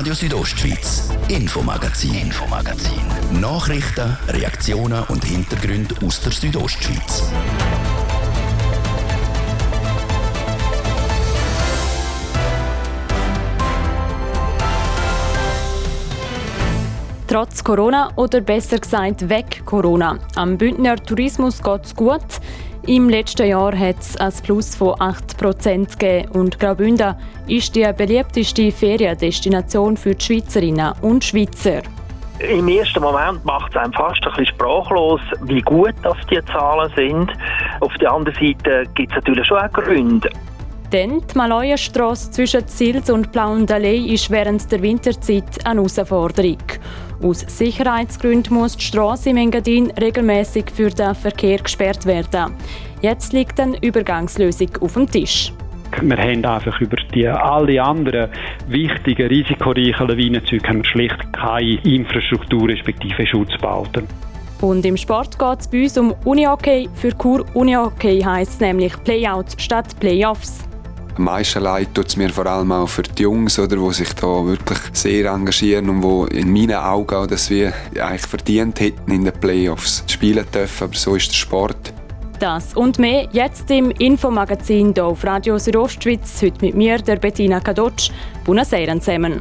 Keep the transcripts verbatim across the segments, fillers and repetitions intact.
Radio Südostschweiz, Infomagazin. Infomagazin. Nachrichten, Reaktionen und Hintergründe aus der Südostschweiz. Trotz Corona oder besser gesagt weg Corona. Am Bündner Tourismus geht es gut. Im letzten Jahr hat es ein Plus von acht Prozent gegeben und Graubünden ist die beliebteste Feriendestination für die Schweizerinnen und Schweizer. Im ersten Moment macht es einem fast ein bisschen sprachlos, wie gut das die Zahlen sind. Auf der anderen Seite gibt es natürlich schon auch Gründe. Denn die Maleuenstrasse zwischen Zils und Plauendalei ist während der Winterzeit eine Herausforderung. Aus Sicherheitsgründen muss die Strasse im Engadin regelmäßig für den Verkehr gesperrt werden. Jetzt liegt eine Übergangslösung auf dem Tisch. Wir haben einfach über die alle anderen wichtigen, risikoreichen Lawinenzüge haben wir schlicht keine Infrastruktur respektive Schutzbauten. Und im Sport geht es bei uns um Unihockey. Für Chur Unihockey heisst es nämlich Playouts statt Playoffs. Am meisten leid tut es mir vor allem auch für die Jungs, oder, die sich da wirklich sehr engagieren und die in meinen Augen auch, dass wir eigentlich verdient hätten, in den Playoffs spielen dürfen, aber so ist der Sport. Das und mehr jetzt im Infomagazin hier auf Radio Südostschweiz. Heute mit mir, der Bettina Kadotsch. Buonasera zusammen.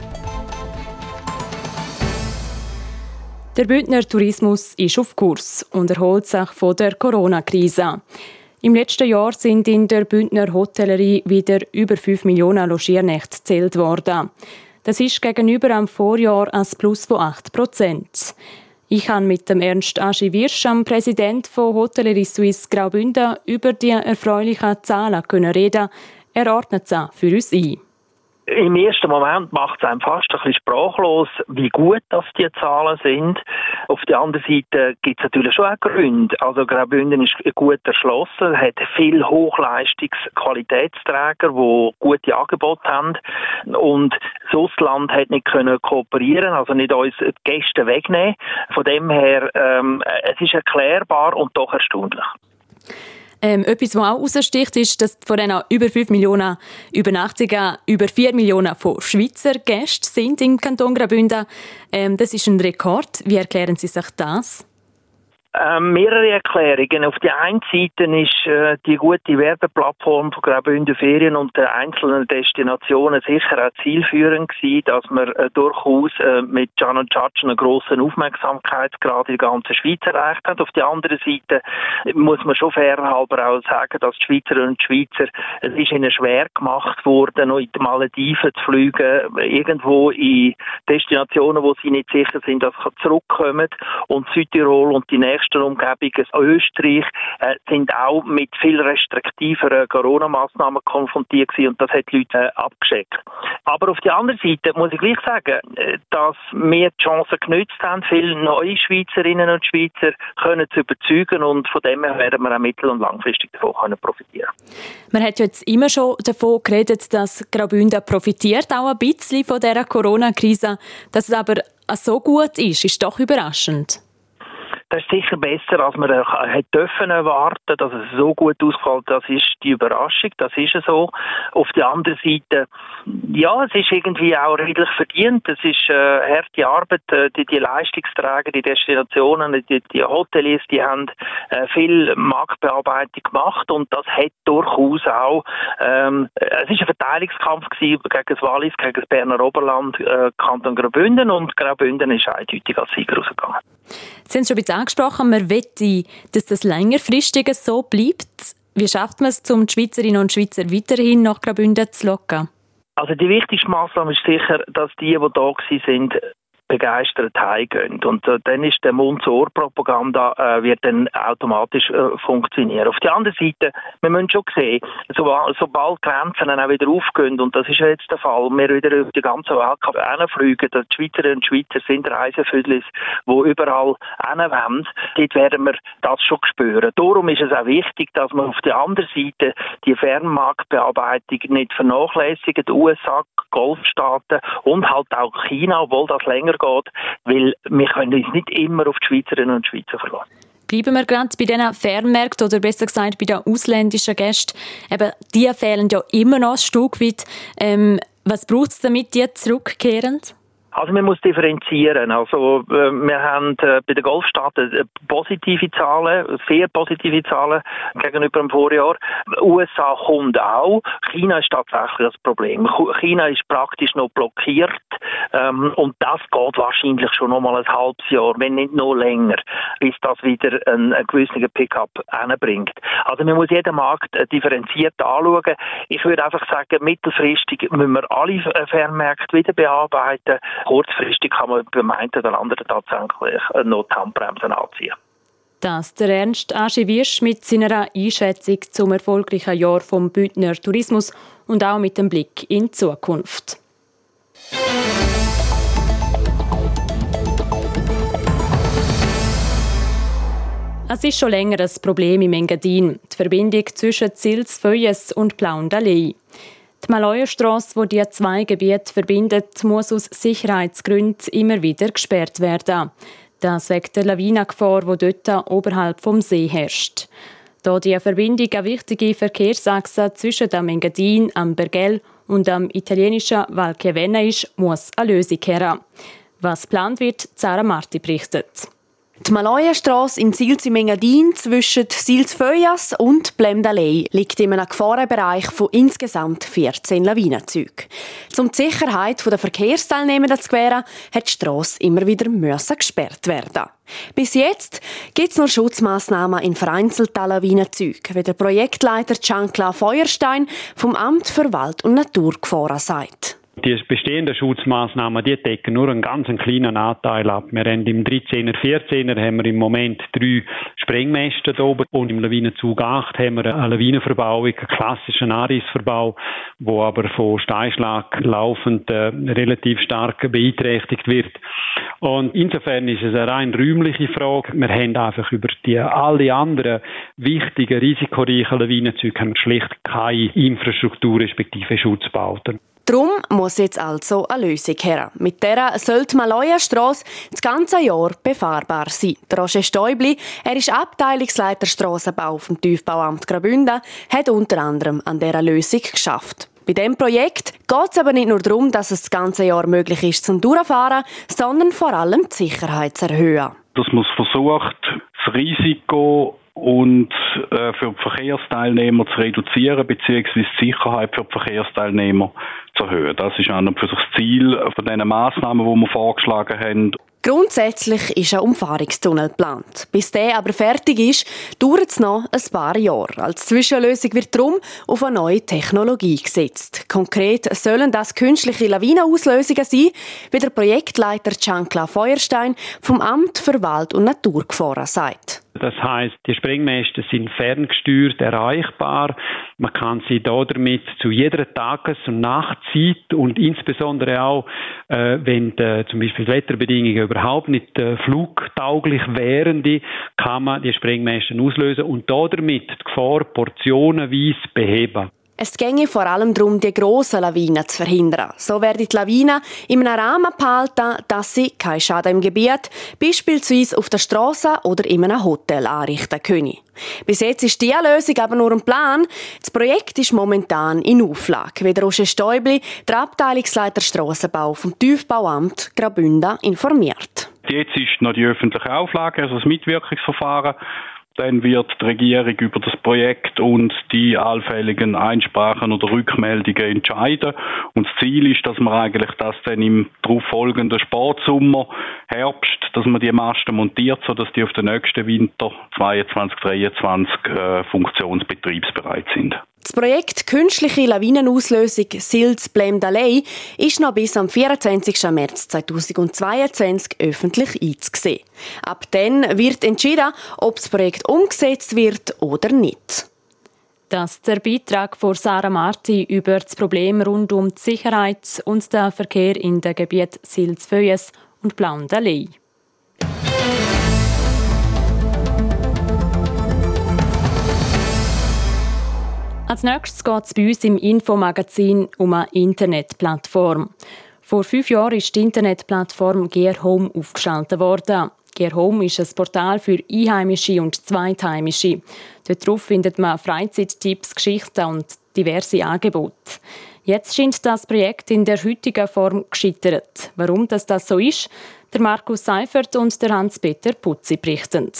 Der Bündner Tourismus ist auf Kurs und erholt sich von der Corona-Krise. Im letzten Jahr sind in der Bündner Hotellerie wieder über fünf Millionen Logiernächte gezählt worden. Das ist gegenüber am Vorjahr ein Plus von acht Prozent. Ich kann mit dem Ernst Aschi Wirsch, dem Präsident von Hotellerie Suisse Graubünden, über die erfreulichen Zahlen reden. Er ordnet sie für uns ein. Im ersten Moment macht es einem fast ein bisschen sprachlos, wie gut das die Zahlen sind. Auf der anderen Seite gibt es natürlich schon auch Gründe. Also Graubünden ist gut erschlossen, hat viele Hochleistungsqualitätsträger, die gute Angebote haben. Und das Ausland hat nicht können kooperieren, also nicht uns die Gäste wegnehmen. Von dem her, ähm, es ist erklärbar und doch erstaunlich. Ähm, etwas, was auch heraussticht, ist, dass von diesen über fünf Millionen Übernachtungen über vier Millionen von Schweizer Gästen sind im Kanton Graubünden. Ähm, das ist ein Rekord. Wie erklären Sie sich das? Ähm, mehrere Erklärungen. Auf der einen Seite ist äh, die gute Werbeplattform von Graubünden Ferien und der einzelnen Destinationen sicher auch zielführend gewesen, dass man äh, durchaus äh, mit Can und Tschatsch eine grosse Aufmerksamkeitsgrad in der ganzen Schweiz erreicht hat. Auf der anderen Seite muss man schon fairhalber auch sagen, dass die Schweizerinnen und Schweizer, es ist ihnen schwer gemacht worden, noch in die Malediven zu fliegen, irgendwo in Destinationen, wo sie nicht sicher sind, dass sie zurückkommen. Und Südtirol und die nächsten Umgebungen, Österreich, äh, sind auch mit viel restriktiveren Corona-Massnahmen konfrontiert gewesen und das hat die Leute äh, abgeschreckt. Aber auf der anderen Seite muss ich gleich sagen, äh, dass wir die Chance genutzt haben, viele neue Schweizerinnen und Schweizer können zu überzeugen und von dem her werden wir auch mittel- und langfristig davon können profitieren. Man hat ja jetzt immer schon davon geredet, dass Graubünden profitiert, auch ein bisschen von dieser Corona-Krise. Dass es aber so gut ist, ist doch überraschend. Das ist sicher besser, als man hätte dürfen erwarten, dass es so gut ausfällt. Das ist die Überraschung, das ist so. Auf der anderen Seite, ja, es ist irgendwie auch redlich verdient. Es ist äh, harte Arbeit. Die, die Leistungsträger, die Destinationen, die, die Hoteliers, die haben äh, viel Marktbearbeitung gemacht und das hat durchaus auch, ähm, es ist ein Verteilungskampf gewesen gegen das Wallis, gegen das Berner Oberland, äh, Kanton Graubünden und Graubünden ist eindeutig als Sieger rausgegangen. Sie haben es schon ein bisschen angesprochen, man möchte, dass das längerfristig so bleibt. Wie schafft man es, um die Schweizerinnen und Schweizer weiterhin nach Graubünden zu locken? Also die wichtigste Massnahme ist sicher, dass die, die da sind, begeistert heimgehen. Und äh, dann ist der Mund-zu-Ohr-Propaganda äh, wird dann automatisch äh, funktionieren. Auf der anderen Seite, wir müssen schon sehen, so, sobald Grenzen dann auch wieder aufgehen, und das ist ja jetzt der Fall, wir wieder auf die ganze Welt hinfliegen, die Schweizerinnen und Schweizer sind Reisefüdlis, die überall hinwollen, dort werden wir das schon spüren. Darum ist es auch wichtig, dass man auf der anderen Seite die Fernmarktbearbeitung nicht vernachlässigt, die U S A, Golfstaaten und halt auch China, obwohl das länger geht, weil wir können uns nicht immer auf die Schweizerinnen und Schweizer verlassen. Bleiben wir gerade bei diesen Fernmärkten oder besser gesagt bei den ausländischen Gästen. Eben, die fehlen ja immer noch ein Stück weit. Ähm, Was braucht es, damit die zurückkehren? Also man muss differenzieren. Also äh, wir haben äh, bei den Golfstaaten äh, positive Zahlen, sehr positive Zahlen gegenüber dem Vorjahr. U S A kommt auch. China ist tatsächlich das Problem. China ist praktisch noch blockiert ähm, und das geht wahrscheinlich schon noch mal ein halbes Jahr, wenn nicht noch länger, bis das wieder einen, einen gewissen Pickup hinbringt. Also man muss jeden Markt äh, differenziert anschauen. Ich würde einfach sagen, mittelfristig müssen wir alle Fernmärkte wieder bearbeiten. Kurzfristig kann man beim einen oder anderen tatsächlich noch die Handbremsen anziehen. Das der Ernst Aschewirsch mit seiner Einschätzung zum erfolgreichen Jahr vom Bündner Tourismus und auch mit dem Blick in die Zukunft. Es ist schon länger ein Problem im Engadin, die Verbindung zwischen Sils-Feuilles und Plaundalei. Die Malojastrasse, die die zwei Gebiete verbindet, muss aus Sicherheitsgründen immer wieder gesperrt werden. Das wegen der Lawinengefahr, die dort oberhalb vom See herrscht. Da die Verbindung eine wichtige Verkehrsachse zwischen dem Engadin, am Bergell und am italienischen Val Chiavenna ist, muss eine Lösung her. Was geplant wird, Sarah Marti berichtet. Die Malojastrasse in Sils im Engadin zwischen Sils-Feuilles und Blemdalei liegt in einem Gefahrenbereich von insgesamt vierzehn Lawinenzügen. Um die Sicherheit der Verkehrsteilnehmer zu gewähren, hat die Strasse immer wieder müssen gesperrt werden. Bis jetzt gibt es noch Schutzmaßnahmen in vereinzelten Lawinenzügen, wie der Projektleiter Giancarlo Feuerstein vom Amt für Wald- und Naturgefahren sagt. Die bestehenden Schutzmaßnahmen, die decken nur einen ganz kleinen Anteil ab. Wir haben im dreizehner, vierzehner haben wir im Moment drei Sprengmasten hier oben und im Lawinenzug acht haben wir eine Lawinenverbauung, einen klassischen Anrissverbau, wo aber von Steinschlag laufend äh, relativ stark beeinträchtigt wird. Und insofern ist es eine rein räumliche Frage. Wir haben einfach über die alle anderen wichtigen, risikoreichen Lawinenzüge haben wir schlicht keine Infrastruktur respektive Schutzbauten. Darum muss jetzt also eine Lösung her. Mit der soll die Malojastrasse das ganze Jahr befahrbar sein. Der Roger Stäubli, er ist Abteilungsleiter Strassenbau vom Tiefbauamt Graubünden, hat unter anderem an dieser Lösung geschafft. Bei diesem Projekt geht es aber nicht nur darum, dass es das ganze Jahr möglich ist zum Durchfahren, sondern vor allem die Sicherheit zu erhöhen. Dass man versucht, das Risiko und äh, für die Verkehrsteilnehmer zu reduzieren, beziehungsweise die Sicherheit für die Verkehrsteilnehmer zu erhöhen. Das ist an und für sich das Ziel von diesen Massnahmen, die wir vorgeschlagen haben. Grundsätzlich ist ein Umfahrungstunnel geplant. Bis der aber fertig ist, dauert es noch ein paar Jahre. Als Zwischenlösung wird darum auf eine neue Technologie gesetzt. Konkret sollen das künstliche Lawinenauslösungen sein, wie der Projektleiter Giancarlo Feuerstein vom Amt für Wald- und Naturgefahren sagt. Das heisst, die Sprengmasten sind ferngesteuert erreichbar. Man kann sie da damit zu jeder Tages- und Nachtzeit und insbesondere auch, äh, wenn die, zum Beispiel die Wetterbedingungen überhaupt nicht äh, flugtauglich wären, die, kann man die Sprengmasten auslösen und da damit die Gefahr portionenweise beheben. Es ginge vor allem darum, die grossen Lawinen zu verhindern. So werden die Lawinen in einem Rahmen behalten, dass sie keinen Schaden im Gebiet, beispielsweise auf der Strasse oder in einem Hotel, anrichten können. Bis jetzt ist diese Lösung aber nur ein Plan. Das Projekt ist momentan in Auflage, wie der Roger Stäubli, der Abteilungsleiter Strassenbau vom Tiefbauamt Graubünden, informiert. Jetzt ist noch die öffentliche Auflage, also das Mitwirkungsverfahren. Dann wird die Regierung über das Projekt und die allfälligen Einsprachen oder Rückmeldungen entscheiden. Und das Ziel ist, dass man eigentlich das dann im darauffolgenden Sportsommer, Herbst, dass man die Masten montiert, sodass die auf den nächsten Winter zweiundzwanzig dreiundzwanzig äh, funktionsbetriebsbereit sind. Das Projekt Künstliche Lawinenauslösung Sils-Blemdalei ist noch bis am vierundzwanzigsten März zweitausendzweiundzwanzig öffentlich einzusehen. Ab dann wird entschieden, ob das Projekt umgesetzt wird oder nicht. Das ist der Beitrag von Sarah Marti über das Problem rund um die Sicherheit und den Verkehr in den Gebieten Sils-Feuilles und Plaundalei. Als nächstes geht es bei uns im Infomagazin um eine Internetplattform. Vor fünf Jahren ist die Internetplattform Gear Home aufgeschaltet worden. Gear Home ist ein Portal für Einheimische und Zweitheimische. Dort drauf findet man Freizeittipps, Geschichten und diverse Angebote. Jetzt scheint das Projekt in der heutigen Form gescheitert. Warum das, das so ist, der Markus Seifert und der Hans-Peter Putzi berichten.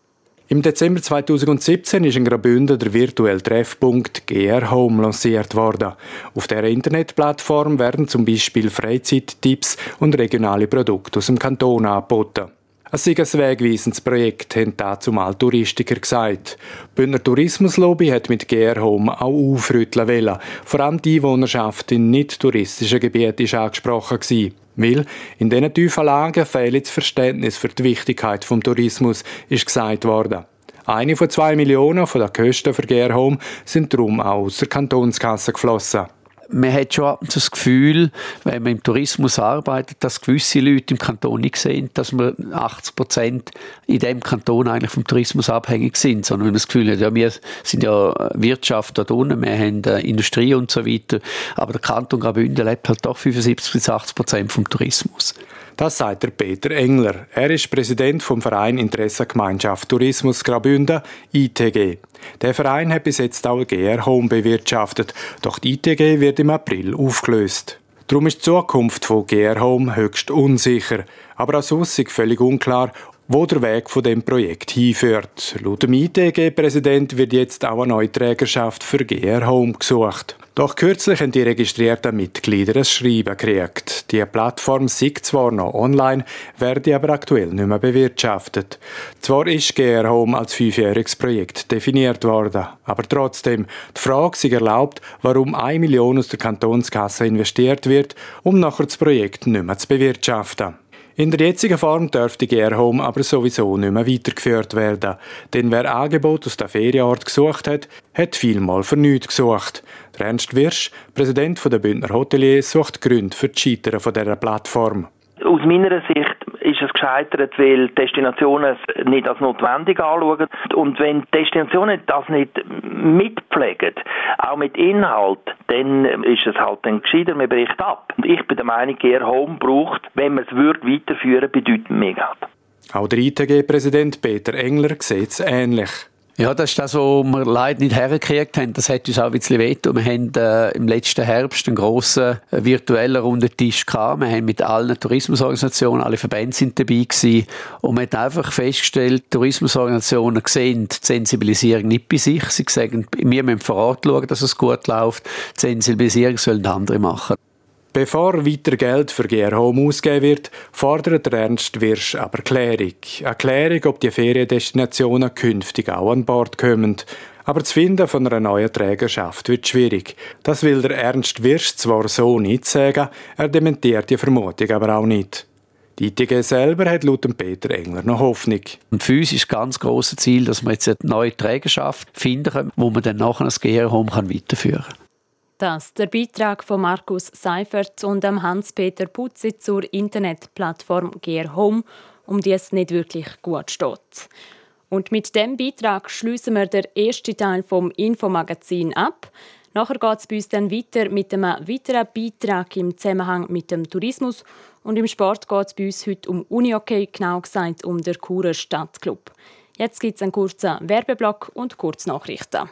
Im Dezember zweitausendsiebzehn ist in Graubünden der virtuelle Treffpunkt G R Home lanciert worden. Auf dieser Internetplattform werden zum Beispiel Freizeittipps und regionale Produkte aus dem Kanton angeboten. Es sei ein wegweisendes Projekt, haben dazu mal Touristiker gesagt. Die Bündner Tourismuslobby hat mit G R Home auch aufrütteln wollen. Vor allem die Einwohnerschaft in nicht-touristischen Gebieten war angesprochen gewesen. Weil in diesen tiefen Lagen fehlt das Verständnis für die Wichtigkeit des Tourismus, ist gesagt worden. Eine von zwei Millionen von den Kosten für G R Home sind darum auch aus der Kantonskasse geflossen. Man hat schon das Gefühl, wenn man im Tourismus arbeitet, dass gewisse Leute im Kanton nicht sehen, dass wir achtzig Prozent in diesem Kanton eigentlich vom Tourismus abhängig sind, sondern wenn man das Gefühl hat, ja, wir sind ja Wirtschaft dort unten, wir haben Industrie und so weiter, aber der Kanton Graubünden lebt halt doch fünfundsiebzig bis achtzig Prozent vom Tourismus. Das sagt der Peter Engler. Er ist Präsident vom Verein Interessengemeinschaft Tourismus Graubünden, I T G. Der Verein hat bis jetzt auch G R Home bewirtschaftet, doch die I T G wird im April aufgelöst. Darum ist die Zukunft von G R Home höchst unsicher. Aber auch sonst ist völlig unklar, wo der Weg von dem Projekt hinführt. Laut dem I T G-Präsident wird jetzt auch eine neue Trägerschaft für G R Home gesucht. Doch kürzlich haben die registrierten Mitglieder ein Schreiben gekriegt. Die Plattform sei zwar noch online, werde aber aktuell nicht mehr bewirtschaftet. Zwar ist G R Home als fünfjähriges Projekt definiert worden, aber trotzdem, die Frage sei erlaubt, warum eine Million aus der Kantonskasse investiert wird, um nachher das Projekt nicht mehr zu bewirtschaften. In der jetzigen Form dürfte G R Home aber sowieso nicht mehr weitergeführt werden. Denn wer Angebot aus der Ferienort gesucht hat, hat vielmal für nichts gesucht. Der Ernst Wirsch, Präsident der Bündner Hoteliers, sucht Gründe für das Scheitern dieser Plattform. Aus meiner Sicht ist es gescheitert, weil Destinationen es nicht als notwendig anschauen. Und wenn Destinationen das nicht mitpflegen, auch mit Inhalt, dann ist es halt dann gescheiter, man bricht ab. Und ich bin der Meinung, G R Home braucht, wenn man es weiterführen würde, bedeutend mehr Geld. Auch der I T G-Präsident Peter Engler sieht es ähnlich. Ja, das ist das, was wir leider nicht hergekriegt haben. Das hat uns auch ein bisschen wehgetan. Wir haben äh, im letzten Herbst einen grossen äh, virtuellen runden Tisch gehabt. Wir haben mit allen Tourismusorganisationen, alle Verbände sind dabei gewesen. Und man hat einfach festgestellt, Tourismusorganisationen sehen die Sensibilisierung nicht bei sich. Sie sagen, wir müssen vor Ort schauen, dass es gut läuft. Die Sensibilisierung sollen andere machen. Bevor weiter Geld für G R Home ausgegeben wird, fordert Ernst Wirsch aber Klärung. Eine Klärung, ob die Feriendestinationen künftig auch an Bord kommen. Aber das Finden von einer neuen Trägerschaft wird schwierig. Das will der Ernst Wirsch zwar so nicht sagen, er dementiert die Vermutung aber auch nicht. Die I T G selber hat laut Peter Engler noch Hoffnung. Und für uns ist das ganz grosse Ziel, dass wir jetzt eine neue Trägerschaft finden können, wo man dann nachher das G R Home weiterführen kann. Das der Beitrag von Markus Seifert und Hans-Peter Putzi zur Internetplattform G R Home, um die es nicht wirklich gut steht. Und mit dem Beitrag schließen wir den ersten Teil vom Infomagazin ab. Nachher geht es bei uns dann weiter mit einem weiteren Beitrag im Zusammenhang mit dem Tourismus. Und im Sport geht es bei uns heute um Unihockey, genau gesagt um den Churer Stadtclub. Jetzt gibt es einen kurzen Werbeblock und Kurznachrichten.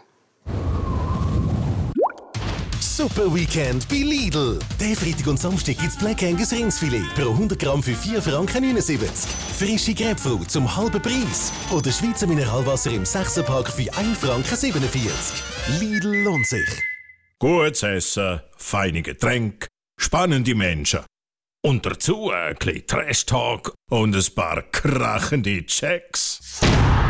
Super Weekend bei Lidl. Den Freitag und Samstag gibt's Black Angus Rindsfilet pro hundert Gramm für vier Franken neunundsiebzig. Frische Grapefruit zum halben Preis. Oder Schweizer Mineralwasser im Sechserpack für ein Franken siebenundvierzig. Lidl lohnt sich. Gutes Essen, feine Getränke, spannende Menschen. Und dazu ein bisschen Trash-Talk und ein paar krachende Checks.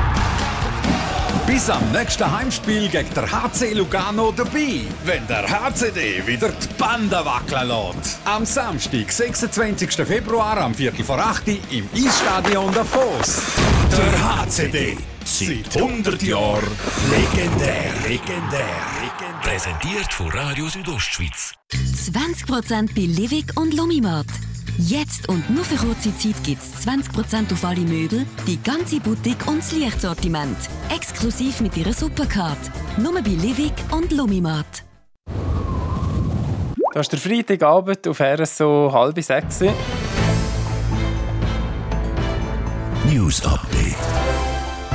Bis am nächsten Heimspiel gegen der H C Lugano dabei, wenn der H C D wieder die Bande wackeln lässt. Am Samstag, sechsundzwanzigsten Februar, am Viertel vor acht im Eisstadion Davos. Der H C D, seit hundert Jahren legendär, legendär, legendär. Präsentiert von Radio Südostschweiz. zwanzig Prozent bei Livig und Lomimart. Jetzt und nur für kurze Zeit gibt es zwanzig Prozent auf alle Möbel, die ganze Boutique und das Lichtsortiment. Exklusiv mit ihrer Supercard. Nur bei Livig und Lomimart. Das ist der Freitagabend auf R S O halb sechs. News Update.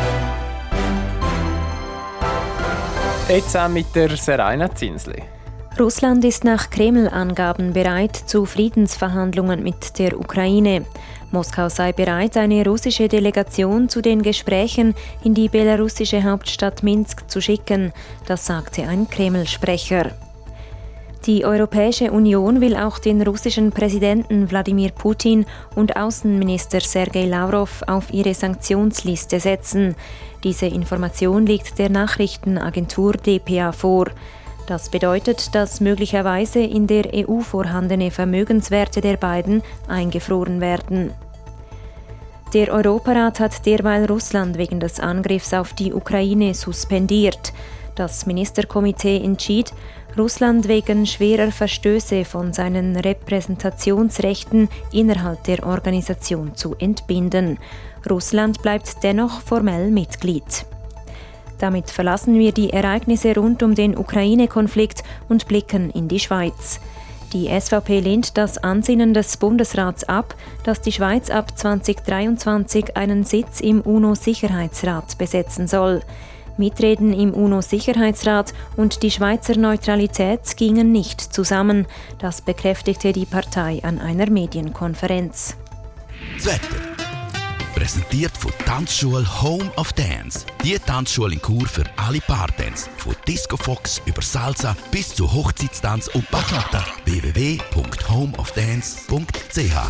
Jetzt auch mit der Seraina Zinsli. Russland ist nach Kreml-Angaben bereit zu Friedensverhandlungen mit der Ukraine. Moskau sei bereit, eine russische Delegation zu den Gesprächen in die belarussische Hauptstadt Minsk zu schicken, das sagte ein Kreml-Sprecher. Die Europäische Union will auch den russischen Präsidenten Wladimir Putin und Außenminister Sergei Lavrov auf ihre Sanktionsliste setzen. Diese Information liegt der Nachrichtenagentur D P A vor. Das bedeutet, dass möglicherweise in der E U vorhandene Vermögenswerte der beiden eingefroren werden. Der Europarat hat derweil Russland wegen des Angriffs auf die Ukraine suspendiert. Das Ministerkomitee entschied, Russland wegen schwerer Verstöße von seinen Repräsentationsrechten innerhalb der Organisation zu entbinden. Russland bleibt dennoch formell Mitglied. Damit verlassen wir die Ereignisse rund um den Ukraine-Konflikt und blicken in die Schweiz. Die S V P lehnt das Ansinnen des Bundesrats ab, dass die Schweiz ab zwanzig dreiundzwanzig einen Sitz im UNO-Sicherheitsrat besetzen soll. Mitreden im UNO-Sicherheitsrat und die Schweizer Neutralität gingen nicht zusammen. Das bekräftigte die Partei an einer Medienkonferenz. Das Wetter. Präsentiert von Tanzschule Home of Dance. Die Tanzschule in Chur für alle Partens. Von Disco Fox über Salsa bis zu Hochzeitstanz und Bachata. w w w punkt home of dance punkt c h.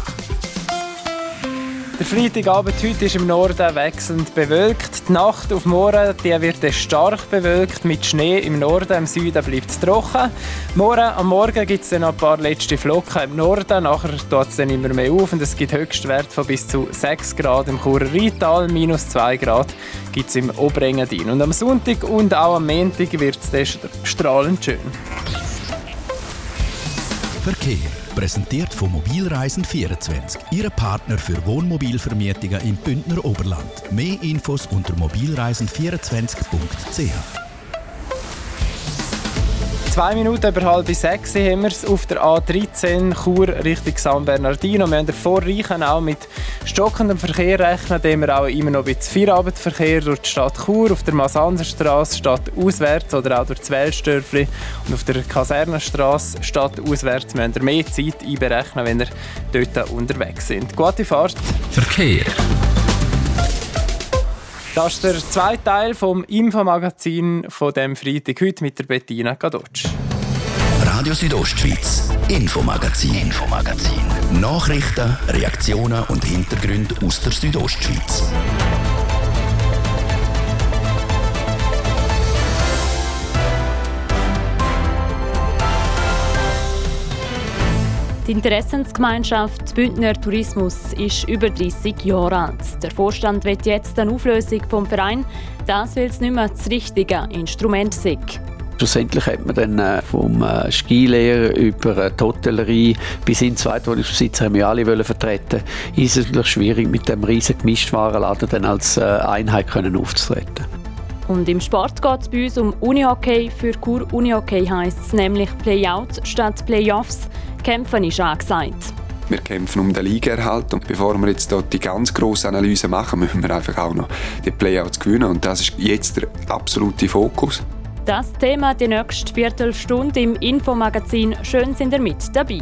Der Freitagabend heute ist im Norden wechselnd bewölkt. Die Nacht auf morgen die wird stark bewölkt mit Schnee im Norden, im Süden bleibt es trocken. Morgen, am Morgen gibt es dann noch ein paar letzte Flocken im Norden, nachher tut es dann immer mehr auf und es gibt Höchstwerte von bis zu sechs Grad im Churer Rheintal, minus zwei Grad gibt es im Oberengadin. Und am Sonntag und auch am Montag wird es dann strahlend schön. Verkehr. Präsentiert von Mobilreisen vierundzwanzig. Ihr Partner für Wohnmobilvermietungen im Bündner Oberland. Mehr Infos unter mobilreisen vierundzwanzig punkt c h. Zwei Minuten über halb sechs haben wir es auf der A dreizehn Chur Richtung San Bernardino. Wir haben davor auch mit stockendem Verkehr rechnen, dem wir auch immer noch ein bisschen Feierabendverkehr durch die Stadt Chur, auf der Masanserstrasse stadtauswärts oder auch durch das Wellstörfli und auf der Kasernenstrasse stadtauswärts müsst ihr mehr Zeit einberechnen, wenn ihr dort unterwegs sind. Gute Fahrt. Verkehr. Das ist der zweite Teil vom Infomagazin von dem Freitag heute mit der Bettina Gadotsch. Radio Südostschweiz, Infomagazin. Infomagazin. Nachrichten, Reaktionen und Hintergründe aus der Südostschweiz. Die Interessensgemeinschaft Bündner Tourismus ist über dreissig Jahre alt. Der Vorstand will jetzt eine Auflösung vom Verein, das weil es nicht mehr das richtige Instrument sei. Schlussendlich hat man dann vom Skilehrer über die Hotellerie bis hin zu Zweitwohnungsbesitzer haben wir alle vertreten. Ist es natürlich schwierig, mit dem riesigen Gemischtwarenladen dann als Einheit können aufzutreten. Und im Sport geht es bei uns um Unihockey. Für Chur Unihockey heisst es nämlich Playout statt Playoffs. Kämpfen ist angesagt. Wir kämpfen um den Ligaerhalt und bevor wir jetzt dort die ganz grosse Analyse machen, müssen wir einfach auch noch die Playouts gewinnen und das ist jetzt der absolute Fokus. Das Thema die nächste Viertelstunde im Infomagazin. Schön sind ihr mit dabei.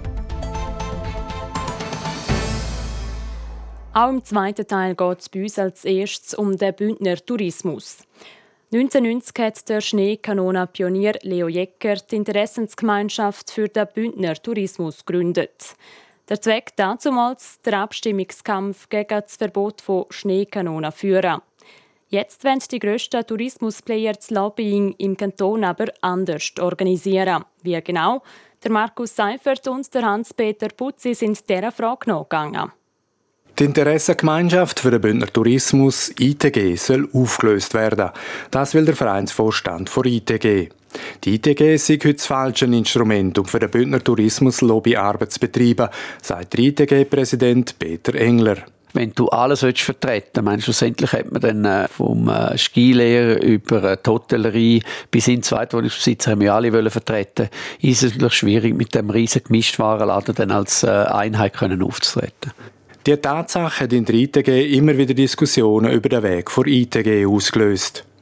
Auch im zweiten Teil geht es bei uns als erstes um den Bündner Tourismus. neunzehnhundertneunzig hat der Schneekanonen-Pionier Leo Jecker die Interessensgemeinschaft für den Bündner Tourismus gegründet. Der Zweck dazumals der Abstimmungskampf gegen das Verbot von Schneekanonen führen. Jetzt wollen die grössten Tourismusplayer das Lobbying im Kanton aber anders organisieren. Wie genau? Der Markus Seifert und der Hans-Peter Putzi sind dieser Frage nachgegangen. Die Interessengemeinschaft für den Bündner Tourismus I T G soll aufgelöst werden. Das will der Vereinsvorstand von I T G. Die I T G sei heute das falsche Instrument, um für den Bündner Tourismus Lobbyarbeit zu betreiben, sagt der I T G-Präsident Peter Engler. Wenn du alles vertreten willst, meinst, schlussendlich hat man dann vom Skilehrer über die Hotellerie bis hin zu Zweitwohnungsbesitzer haben wir alle vertreten, ist es natürlich schwierig, mit dem riesigen Gemischtwarenladen dann als Einheit können aufzutreten. Die Tatsache hat in der I T G immer wieder Diskussionen über den Weg vor I T G ausgelöst.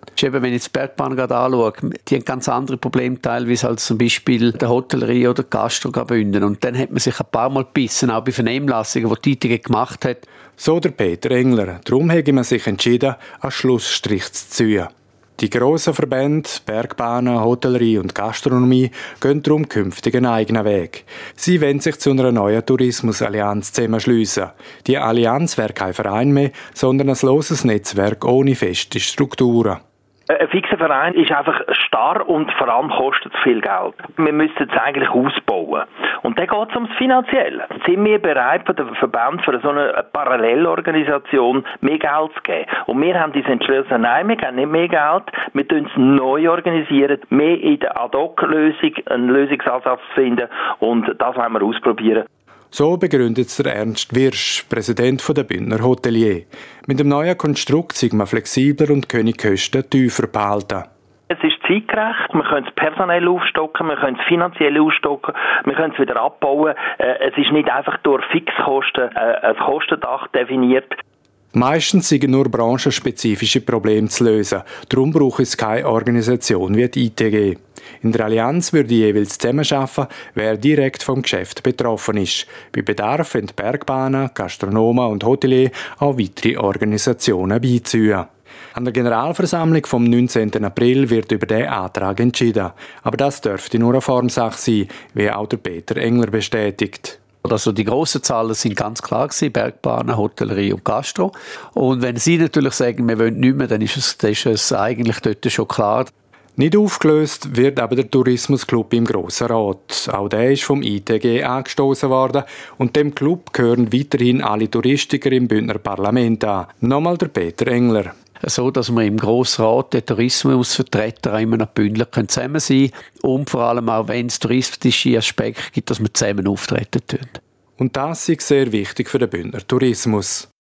Eben, wenn ich die Bergbahn gerade anschaue, die haben ganz andere Probleme teilweise als zum Beispiel die Hotellerie oder die Gastro Graubünden. Und dann hat man sich ein paar Mal gebissen, auch bei Vernehmlassungen, die die I T G gemacht hat. So der Peter Engler. Darum hat man sich entschieden, einen Schlussstrich zu ziehen. Die grossen Verbände, Bergbahnen, Hotellerie und Gastronomie gehen darum künftig einen eigenen Weg. Sie wollen sich zu einer neuen Tourismusallianz zusammenschliessen. Die Allianz wäre kein Verein mehr, sondern ein loses Netzwerk ohne feste Strukturen. Ein fixer Verein ist einfach starr und vor allem kostet viel Geld. Wir müssen es eigentlich ausbauen. Und dann geht es ums Finanzielle. Sind wir bereit, für den Verband, für so eine Parallelorganisation mehr Geld zu geben? Und wir haben uns entschlossen, nein, wir geben nicht mehr Geld, wir organisieren uns neu, organisieren, mehr in der Ad-hoc-Lösung einen Lösungsansatz zu finden und das wollen wir ausprobieren. So begründet der Ernst Wirsch, Präsident der Bündner Hotelier. Mit dem neuen Konstrukt sind wir flexibler und können die Kosten tiefer behalten. Es ist zeitgerecht, wir können es personell aufstocken, wir können es finanziell aufstocken, wir können es wieder abbauen. Es ist nicht einfach durch Fixkosten ein Kostendach definiert. Meistens sind nur branchenspezifische Probleme zu lösen. Darum braucht es keine Organisation wie die I T G. In der Allianz würde jeweils zusammenarbeiten, wer direkt vom Geschäft betroffen ist. Bei Bedarf haben Bergbahnen, Gastronomen und Hotelier auch weitere Organisationen beiziehen. An der Generalversammlung vom neunzehnten April wird über diesen Antrag entschieden. Aber das dürfte nur eine Formsache sein, wie auch der Peter Engler bestätigt. Also die grossen Zahlen sind ganz klar gewesen, Bergbahnen, Hotellerie und Gastro. Und wenn Sie natürlich sagen, wir wollen nicht mehr, dann ist es, dann ist es eigentlich dort schon klar. Nicht aufgelöst wird aber der Tourismusclub im Grossen Rat. Auch der ist vom I T G angestoßen worden und dem Club gehören weiterhin alle Touristiker im Bündner Parlament an. Nochmal der Peter Engler. So, dass wir im Grossen Rat die Tourismusvertreter immer noch Bündler zusammen sein können und vor allem auch, wenn es touristische Aspekte gibt, dass wir zusammen auftreten können. Und das ist sehr wichtig für den Bündner Tourismus.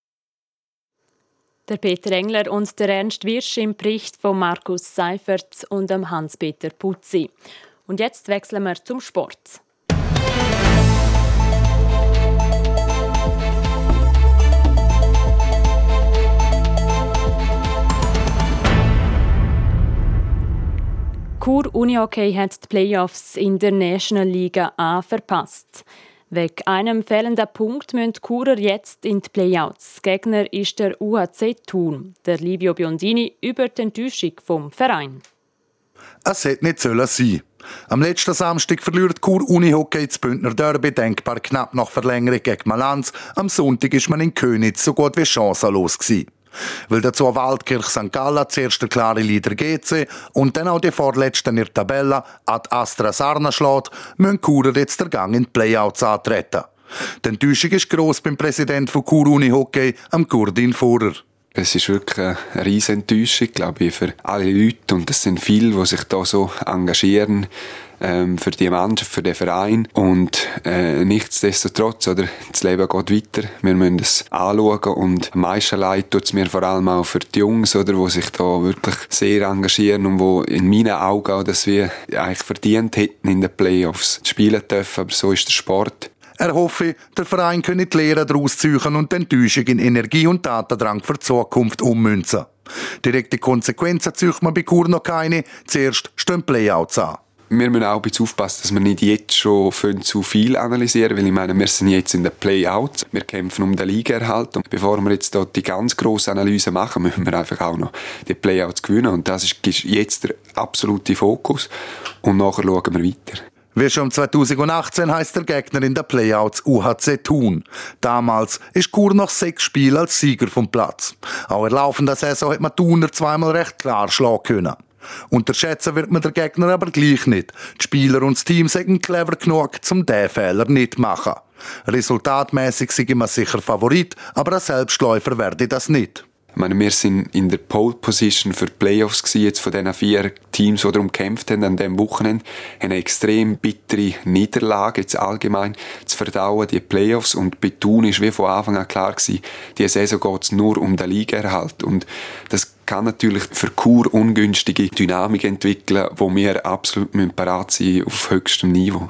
Der Peter Engler und der Ernst Wirsch im Bericht von Markus Seifert und dem Hans-Peter Putzi. Und jetzt wechseln wir zum Sport. Chur Unihockey hat die Playoffs in der National Liga A verpasst. Wegen einem fehlenden Punkt müssen die Churer jetzt in die Playouts. Gegner ist der U H C Thun. Der Livio Biondini über die Enttäuschung vom Verein. Es hätte nicht sollen sein. Am letzten Samstag verliert Chur Unihockey das Bündner Derby denkbar knapp nach Verlängerung gegen Malanz. Am Sonntag ist man in Königs so gut wie chancenlos gewesen. Weil dazu Waldkirch Sankt Gallen zuerst der klare Leader G C und dann auch die Vorletzten in der Tabelle Ad Astra Sarna schlägt, müssen Churer jetzt den Gang in die Playouts antreten. Die Enttäuschung ist gross beim Präsidenten von Chur Unihockey, am Gurdin Vorer. Es ist wirklich eine riesige Enttäuschung, glaube ich, für alle Leute. Und es sind viele, die sich da so engagieren ähm, für die Mannschaft, für den Verein. Und äh, nichtsdestotrotz, oder, das Leben geht weiter. Wir müssen es anschauen. Und am meisten leid tut es mir vor allem auch für die Jungs, oder, die sich da wirklich sehr engagieren und die in meinen Augen auch, dass wir eigentlich verdient hätten, in den Playoffs zu spielen dürfen. Aber so ist der Sport. Er hoffe, der Verein könne die Lehre daraus ziehen und die Enttäuschung in Energie und Tatendrang für die Zukunft ummünzen. Direkte Konsequenzen zieht man bei Chur noch keine. Zuerst stehen Playouts an. Wir müssen auch ein bisschen aufpassen, dass wir nicht jetzt schon zu viel analysieren, weil ich meine, wir sind jetzt in den Playouts. Wir kämpfen um den Ligaerhalt und bevor wir jetzt dort die ganz grosse Analyse machen, müssen wir einfach auch noch die Playouts gewinnen und das ist jetzt der absolute Fokus und nachher schauen wir weiter. Wie schon zweitausendachtzehn heisst der Gegner in den Playouts U H C Thun. Damals ist Chur nach sechs Spielen als Sieger vom Platz. Auch in der laufenden Saison hat man Thuner zweimal recht klar schlagen können. Unterschätzen wird man den Gegner aber gleich nicht. Die Spieler und das Team sind clever genug, um diesen Fehler nicht zu machen. Resultatmäßig sind wir sicher Favorit, aber ein Selbstläufer werde das nicht. Ich meine, wir sind in der Pole Position für die Playoffs gewesen, jetzt von diesen vier Teams, die darum gekämpft haben an diesem Wochenende, haben eine extrem bittere Niederlage jetzt allgemein zu verdauen, die Playoffs. Und bei Thun ist wie von Anfang an klar gewesen, diese Saison geht es nur um den Ligaerhalt. Und das kann natürlich für Chur ungünstige Dynamik entwickeln, wo wir absolut parat sein müssen auf höchstem Niveau.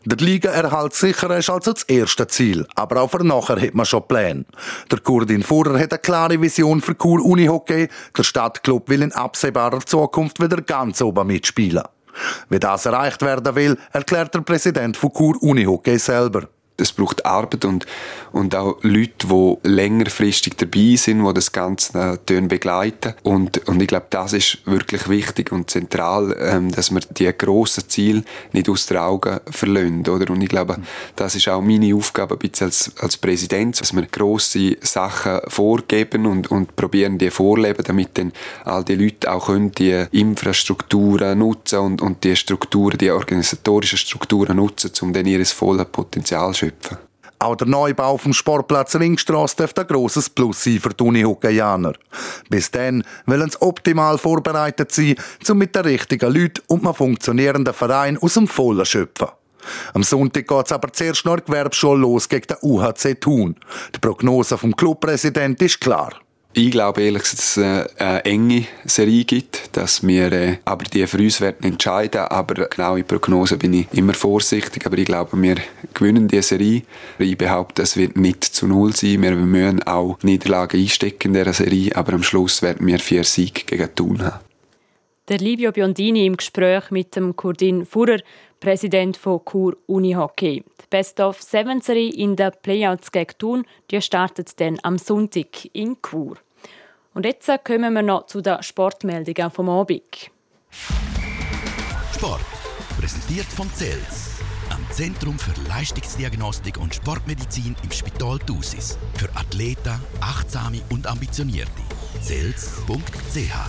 Der Ligaerhalt sichern ist also das erste Ziel, aber auch für nachher hat man schon Pläne. Der Kurdin Furrer hat eine klare Vision für Chur Unihockey. Der Stadtclub will in absehbarer Zukunft wieder ganz oben mitspielen. Wie das erreicht werden will, erklärt der Präsident von Chur Unihockey selber. Es braucht Arbeit und, und auch Leute, die längerfristig dabei sind, die das Ganze äh, begleiten. Und, und ich glaube, das ist wirklich wichtig und zentral, ähm, dass wir die grossen Ziele nicht aus den Augen verlieren. Oder? Und ich glaube, das ist auch meine Aufgabe ein bisschen als, als Präsident, dass wir grosse Sachen vorgeben und, und probieren, die vorleben, damit dann all die Leute auch können die Infrastrukturen nutzen und, und die Strukturen, die organisatorischen Strukturen nutzen, um dann ihr volles Potenzial zu schöpfen. Auch der Neubau vom Sportplatz Ringstrasse dürfte ein grosses Plus sein für die Unihockeyaner. Bis dann wollen sie optimal vorbereitet sein, um mit den richtigen Leuten und einem funktionierenden Verein aus dem Vollen zu schöpfen. Am Sonntag geht es aber zuerst noch in der Gewerbeschule los gegen den U H C Thun. Die Prognose vom Clubpräsidenten ist klar. Ich glaube ehrlich gesagt, dass es eine enge Serie gibt, dass wir äh, aber die für uns werden entscheiden. Aber genau in Prognose bin ich immer vorsichtig. Aber ich glaube, wir gewinnen die Serie. Ich behaupte, es wird nicht zu null sein. Wir müssen auch Niederlagen einstecken in dieser Serie. Aber am Schluss werden wir vier Siege gegen Thun haben. Der Livio Biondini im Gespräch mit dem Kurdin Furrer, Präsident von Chur Unihockey. Die Best-of-Seven-Serie in den Playouts gegen Thun, die startet dann am Sonntag in Chur. Und jetzt kommen wir noch zu den Sportmeldungen vom Abend. Sport, präsentiert von Zels, am Zentrum für Leistungsdiagnostik und Sportmedizin im Spital Thusis. Für Athleten, Achtsame und Ambitionierte. zels punkt c h.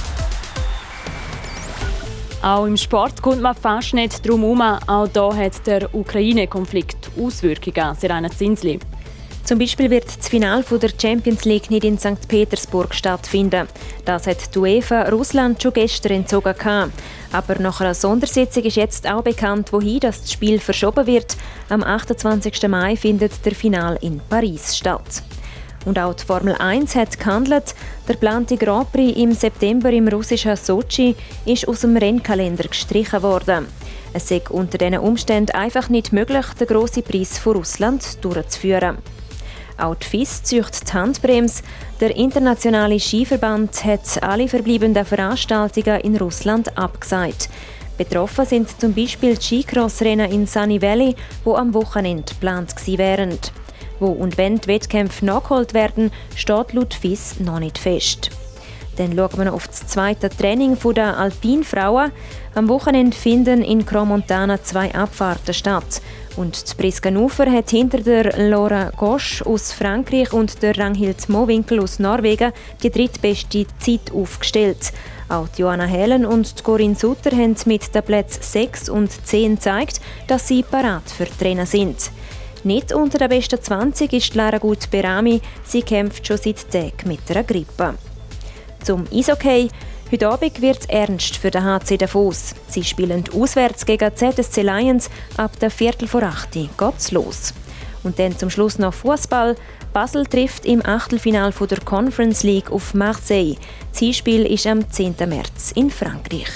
Auch im Sport kommt man fast nicht drum herum. Auch hier hat der Ukraine-Konflikt Auswirkungen, Serena Zinsli. Zum Beispiel wird das Finale der Champions League nicht in Sankt Petersburg stattfinden. Das hat die UEFA Russland schon gestern entzogen. Aber nach einer Sondersitzung ist jetzt auch bekannt, wohin das Spiel verschoben wird. Am achtundzwanzigsten Mai findet der Finale in Paris statt. Und auch die Formel eins hat gehandelt. Der geplante Grand Prix im September im russischen Sochi ist aus dem Rennkalender gestrichen worden. Es sei unter diesen Umständen einfach nicht möglich, den grossen Preis von Russland durchzuführen. Auch die F I S züchtet die Handbremse. Der internationale Skiverband hat alle verbleibenden Veranstaltungen in Russland abgesagt. Betroffen sind zum Beispiel die Skicross-Rennen in Sunny Valley, die am Wochenende geplant wären. Wo und wenn die Wettkämpfe nachgeholt werden, steht laut F I S noch nicht fest. Dann schauen wir noch auf das zweite Training der Alpinfrauen. Am Wochenende finden in Crans-Montana zwei Abfahrten statt. Und die Priska Nufer hat hinter der Laura Gosch aus Frankreich und der Ranghild Mowinkel aus Norwegen die drittbeste Zeit aufgestellt. Auch die Joanna Helen und die Corinne Sutter haben mit den Plätzen sechs und zehn gezeigt, dass sie parat für die Rennen sind. Nicht unter den besten zwanzig ist Lara Gut-Berami. Sie kämpft schon seit Tagen mit einer Grippe. Zum Eishockey. Heute Abend wird es ernst für den H C Davos. Sie spielen auswärts gegen Z S C Lions. Ab der Viertel vor acht geht's los. Und dann zum Schluss noch Fußball. Basel trifft im Achtelfinale der Conference League auf Marseille. Das Hinspiel ist am zehnten März in Frankreich.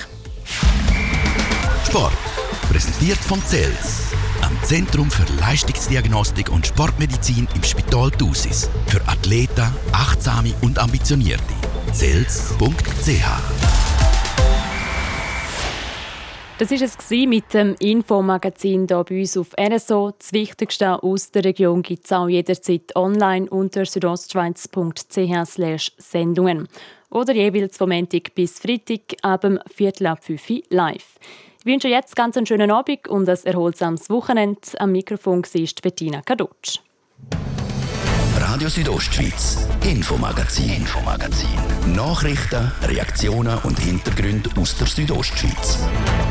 Sport, präsentiert von Zels, am Zentrum für Leistungsdiagnostik und Sportmedizin im Spital Thusis. Für Athleten, Achtsame und Ambitionierte. zels punkt c h. Das war es mit dem Infomagazin hier bei uns auf R S O. Das Wichtigste aus der Region gibt es auch jederzeit online unter südostschweiz punkt c h slash Sendungen. Oder jeweils vom Montag bis Freitag ab dem Viertel ab fünf Uhr live. Ich wünsche jetzt ganz einen schönen Abend und ein erholsames Wochenende. Am Mikrofon war Bettina Kadutsch. Radio Südostschweiz, Infomagazin. Infomagazin. Nachrichten, Reaktionen und Hintergründe aus der Südostschweiz.